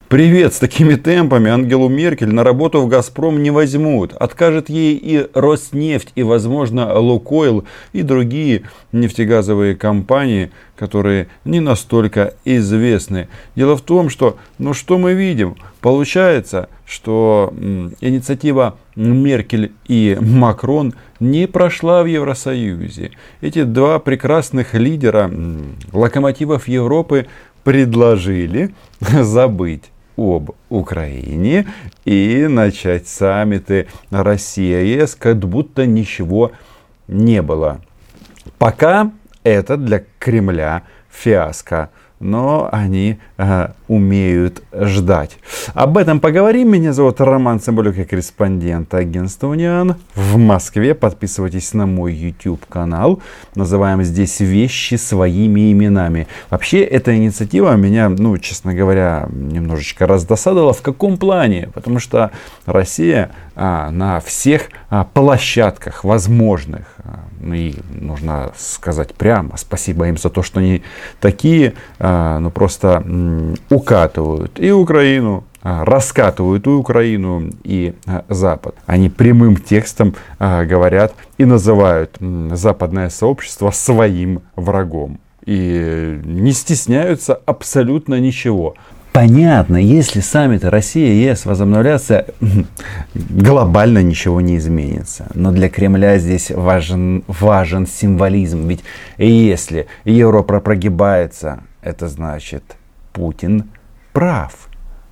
Привет, с такими темпами Ангелу Меркель на работу в «Газпром» не возьмут. Откажет ей и Роснефть, и, возможно, Лукойл, и другие нефтегазовые компании, которые не настолько известны. Дело в том, что, что мы видим? Получается, что инициатива Меркель и Макрон не прошла в Евросоюзе. Эти два прекрасных лидера, локомотивов Европы, предложили забыть об Украине и начать саммиты Россия-ЕС, как будто ничего не было. Пока это для Кремля фиаско, но они умеют ждать. Об этом поговорим. Меня зовут Роман Цымбалюк, я корреспондент агентства Униан в Москве. Подписывайтесь на мой YouTube канал. Называем здесь вещи своими именами. Вообще, эта инициатива меня, честно говоря, немножечко раздосадовала. В каком плане? Потому что Россия на всех площадках возможных, и нужно сказать прямо, спасибо им за то, что они такие, просто укатывают и Украину, раскатывают и Украину, и Запад. Они прямым текстом говорят и называют западное сообщество своим врагом. И не стесняются абсолютно ничего. Понятно, если саммиты Россия и ЕС возобновлятся, глобально ничего не изменится. Но для Кремля здесь важен символизм. Ведь если Европа прогибается, это значит, Путин прав.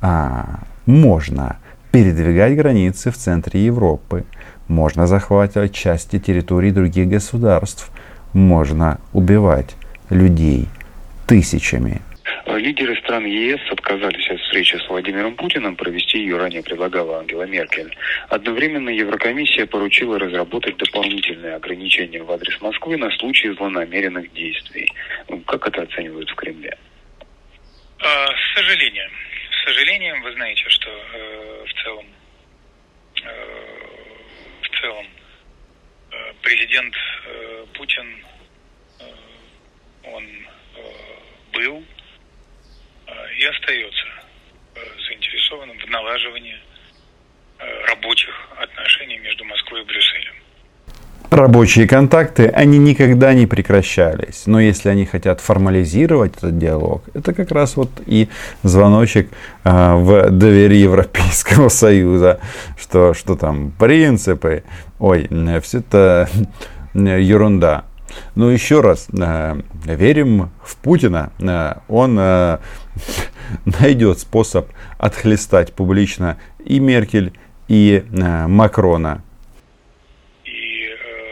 Можно передвигать границы в центре Европы. Можно захватывать части территорий других государств. Можно убивать людей тысячами. Лидеры стран ЕС отказались от встречи с Владимиром Путиным, провести ее ранее предлагала Ангела Меркель. Одновременно Еврокомиссия поручила разработать дополнительные ограничения в адрес Москвы на случай злонамеренных действий. Как это оценивают в Кремле? С сожалением, вы знаете, что в целом президент Путин, он был и остается заинтересованным в налаживании рабочих отношений между Москвой и Брюсселем. Рабочие контакты, они никогда не прекращались. Но если они хотят формализировать этот диалог, это как раз и звоночек в двери Европейского Союза. Что там, принципы, все это ерунда. Но еще раз, верим в Путина. Он найдет способ отхлестать публично и Меркель, и Макрона. И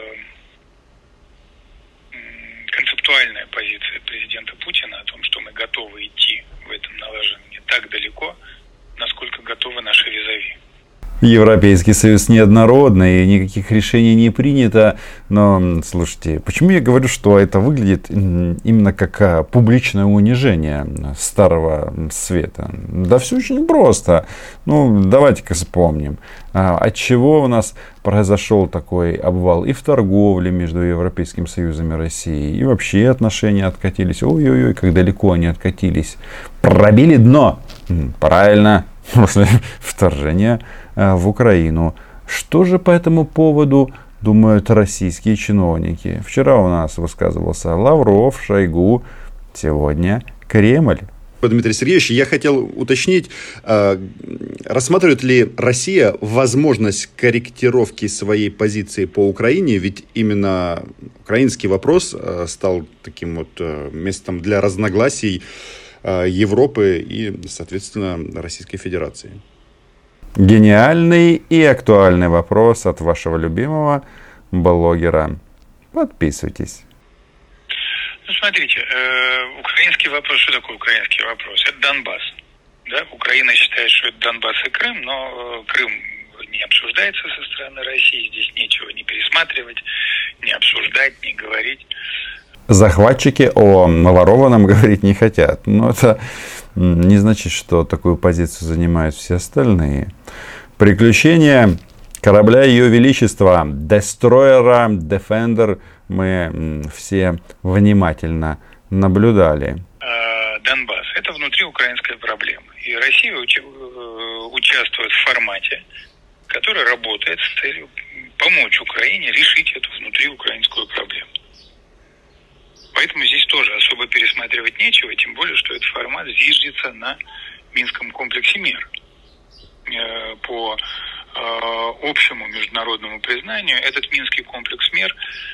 концептуальная позиция президента Путина о том, что мы готовы идти в этом налаживании так далеко, насколько готовы наши визави. Европейский Союз неоднородный, никаких решений не принято. Но, слушайте, почему я говорю, что это выглядит именно как публичное унижение Старого Света? Да все очень просто. Давайте-ка вспомним, от чего у нас произошел такой обвал и в торговле между Европейским Союзом и Россией, и вообще отношения откатились. Ой-ой-ой, как далеко они откатились. Пробили дно. Правильно. После вторжения в Украину. Что же по этому поводу думают российские чиновники? Вчера у нас высказывался Лавров, Шойгу, сегодня Кремль. Дмитрий Сергеевич, я хотел уточнить, рассматривает ли Россия возможность корректировки своей позиции по Украине? Ведь именно украинский вопрос стал таким местом для разногласий Европы и, соответственно, Российской Федерации. Гениальный и актуальный вопрос от вашего любимого блогера. Подписывайтесь. Смотрите, украинский вопрос, что такое украинский вопрос? Это Донбасс. Да? Украина считает, что это Донбасс и Крым, но Крым не обсуждается со стороны России. Здесь нечего ни пересматривать, ни обсуждать, ни говорить. Захватчики о наворованном говорить не хотят. Но это не значит, что такую позицию занимают все остальные. Приключения корабля Ее Величества, Дестройера, Defender, мы все внимательно наблюдали. Донбасс – это внутриукраинская проблема. И И Россия участвует в формате, который работает с целью помочь Украине решить эту внутриукраинскую проблему. Поэтому здесь тоже особо пересматривать нечего, тем более, что этот формат зиждется на Минском комплексе мер. По общему международному признанию, этот Минский комплекс мер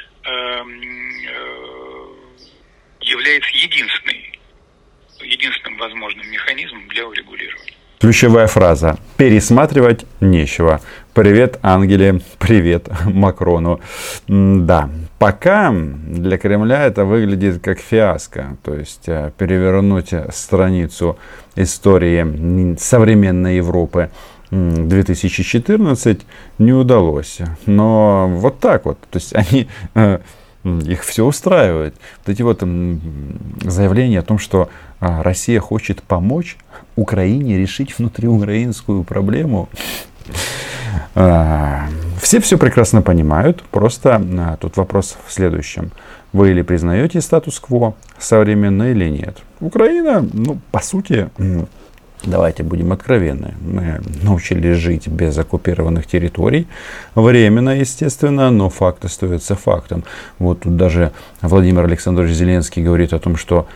является единственным возможным механизмом для урегулирования. Ключевая фраза: пересматривать нечего. Привет Ангеле, привет Макрону. Да, пока для Кремля это выглядит как фиаско. То есть перевернуть страницу истории современной Европы 2014 не удалось. Но вот так вот. То есть они... Их все устраивает. Вот эти вот заявления о том, что Россия хочет помочь Украине решить внутриукраинскую проблему. Все прекрасно понимают. Просто тут вопрос в следующем. Вы или признаете статус-кво современный или нет? Украина, по сути... Давайте будем откровенны. Мы научились жить без оккупированных территорий. Временно, естественно, но факт остается фактом. Вот тут даже Владимир Александрович Зеленский говорит о том, что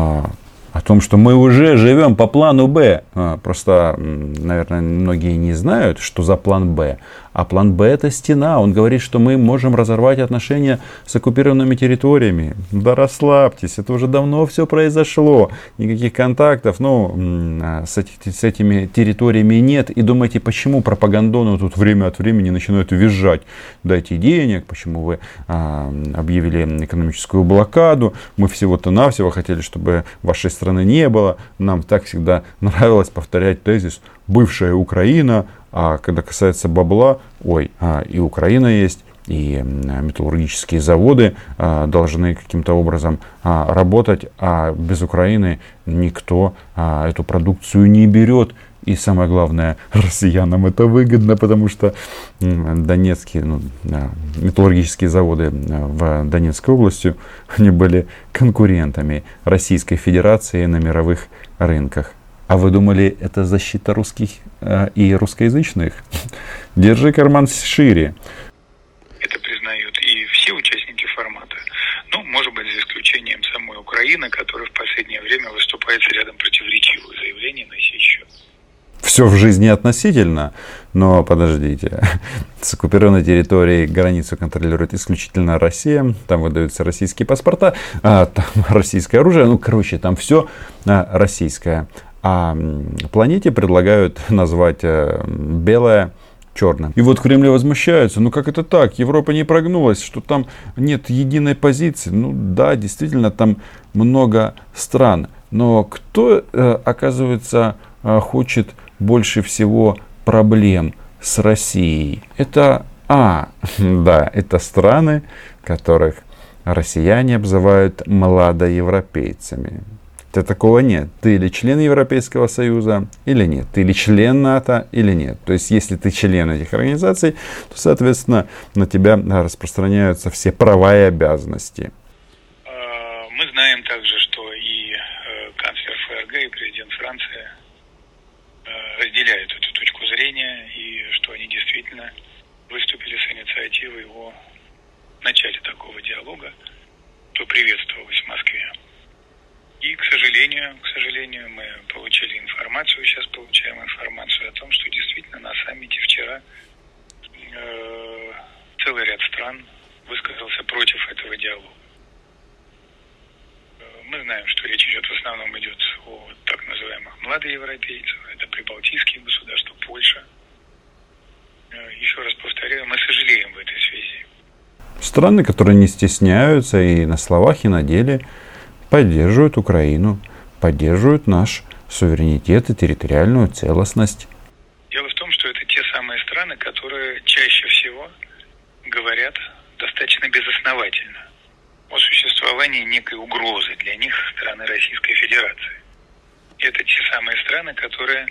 мы уже живем по плану Б. Просто, наверное, многие не знают, что за план Б. А план Б — это стена. Он говорит, что мы можем разорвать отношения с оккупированными территориями. Да расслабьтесь, это уже давно все произошло. Никаких контактов с этими территориями нет. И думаете, почему пропагандоны тут время от времени начинают визжать? Дайте денег, почему вы объявили экономическую блокаду. Мы всего-то навсего хотели, чтобы вашей страны не было. Нам так всегда нравилось повторять тезис «бывшая Украина». А когда касается бабла, и Украина есть, и металлургические заводы должны каким-то образом работать, а без Украины никто эту продукцию не берет. И самое главное, россиянам это выгодно, потому что донецкие, металлургические заводы в Донецкой области, они были конкурентами Российской Федерации на мировых рынках. А вы думали, это защита русских и русскоязычных? Держи карман шире. Это признают и все участники формата. Может быть, за исключением самой Украины, которая в последнее время выступает с рядом противоречивых заявлений на сей счет. Все в жизни относительно, но подождите. С оккупированной территорией границу контролирует исключительно Россия. Там выдаются российские паспорта, там российское оружие. Там все российское. А планете предлагают назвать белое черным. И вот в Кремле возмущаются. Как это так? Европа не прогнулась, что там нет единой позиции. Да, действительно, там много стран. Но кто, оказывается, хочет больше всего проблем с Россией? Это это страны, которых россияне обзывают младоевропейцами. Такого нет. Ты или член Европейского Союза, или нет. Ты или член НАТО, или нет. То есть, если ты член этих организаций, то, соответственно, на тебя распространяются все права и обязанности. Мы знаем также, что и канцлер ФРГ, и президент Франции разделяют эту точку зрения, и что они действительно выступили с инициативой о начале такого диалога, что приветствовалось в Москве. И, к сожалению, мы получили информацию, сейчас получаем информацию о том, что действительно на саммите вчера целый ряд стран высказался против этого диалога. Мы знаем, что речь идет в основном о так называемых младоевропейцах, это прибалтийские государства, Польша. Еще раз повторяю, мы сожалеем в этой связи. Страны, которые не стесняются и на словах, и на деле поддерживают Украину, поддерживают наш суверенитет и территориальную целостность. Дело в том, что это те самые страны, которые чаще всего говорят достаточно безосновательно о существовании некой угрозы для них со стороны Российской Федерации. Это те самые страны, которые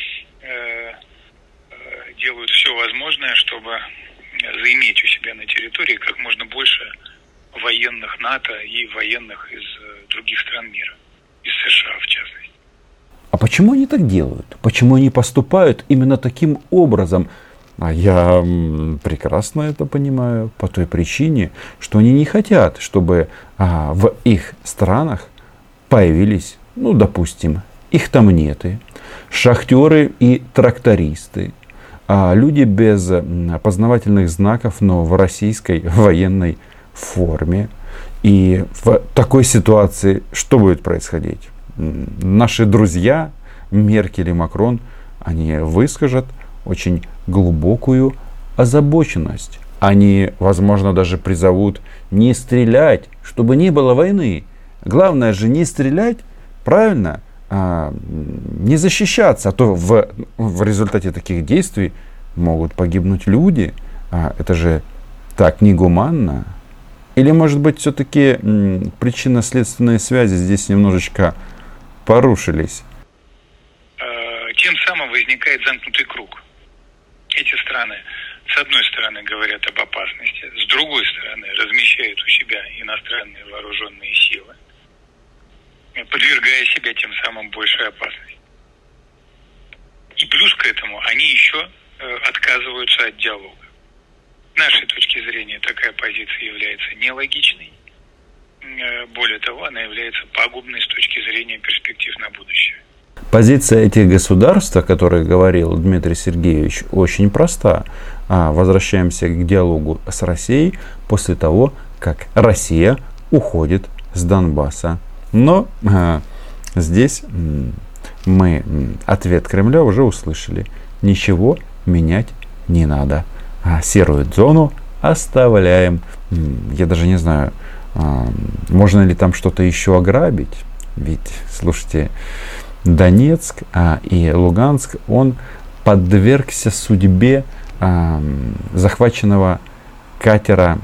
делают все возможное, чтобы заиметь у себя на территории как можно больше военных НАТО и военных из других стран мира, из США в частности. А почему они так делают? Почему они поступают именно таким образом? А я прекрасно это понимаю по той причине, что они не хотят, чтобы в их странах появились, ну, допустим, ихтамнеты, шахтеры и трактористы, люди без опознавательных знаков, но в российской военной форме. И в такой ситуации что будет происходить? Наши друзья Меркель и Макрон, они выскажут очень глубокую озабоченность. Они, возможно, даже призовут не стрелять, чтобы не было войны. Главное же не стрелять, правильно, не защищаться, а то в результате таких действий могут погибнуть люди. Это же так негуманно. Или, может быть, все-таки причинно-следственные связи здесь немножечко порушились? Тем самым возникает замкнутый круг. Эти страны, с одной стороны, говорят об опасности, с другой стороны, размещают у себя иностранные вооруженные силы, подвергая себя тем самым большей опасности. И плюс к этому они еще отказываются от диалога. С нашей точки зрения такая позиция является нелогичной. Более того, она является пагубной с точки зрения перспектив на будущее. Позиция этих государств, о которых говорил Дмитрий Сергеевич, очень проста. Возвращаемся к диалогу с Россией после того, как Россия уходит с Донбасса. Но здесь мы ответ Кремля уже услышали. Ничего менять не надо. Серую зону оставляем. Я даже не знаю, можно ли там что-то еще ограбить. Ведь, слушайте, Донецк и Луганск, он подвергся судьбе захваченного катера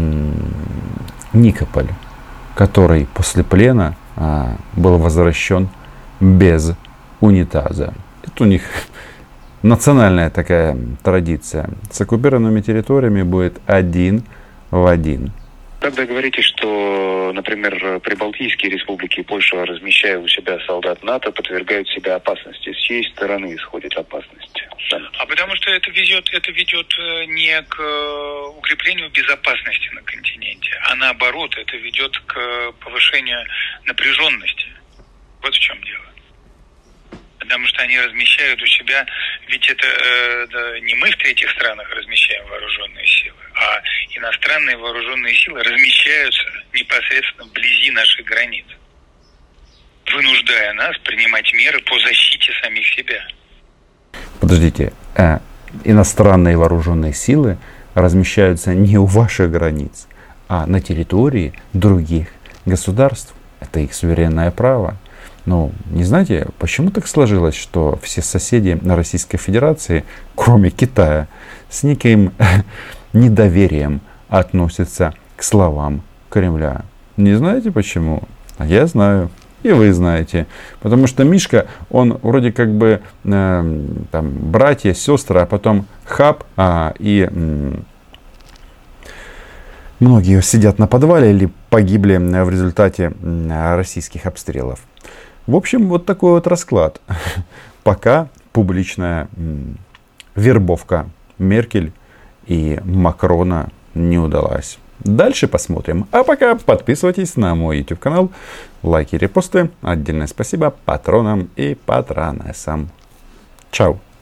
Никополь, который после плена был возвращен без унитаза. Это у них национальная такая традиция. С оккупированными территориями будет один в один. Тогда говорите, что, например, прибалтийские республики и Польша, размещая у себя солдат НАТО, подвергают себя опасности. С чьей стороны исходит опасность? А потому что это ведет не к укреплению безопасности на континенте, а наоборот, это ведет к повышению напряженности. Вот в чем дело. Потому что они размещают у себя, ведь это не мы в третьих странах размещаем вооруженные силы, а иностранные вооруженные силы размещаются непосредственно вблизи наших границ, вынуждая нас принимать меры по защите самих себя. Подождите, иностранные вооруженные силы размещаются не у ваших границ, а на территории других государств. Это их суверенное право. Ну, не знаете, почему так сложилось, что все соседи Российской Федерации, кроме Китая, с неким недоверием относятся к словам Кремля? Не знаете почему? А я знаю. И вы знаете. Потому что Мишка, он вроде как бы там братья, сестры, а потом хап, и многие сидят на подвале или погибли в результате российских обстрелов. В общем, вот такой вот расклад. Пока публичная вербовка Меркель и Макрона не удалась. Дальше посмотрим. А пока подписывайтесь на мой YouTube канал, лайки, репосты. Отдельное спасибо патронам и патронессам. Чао.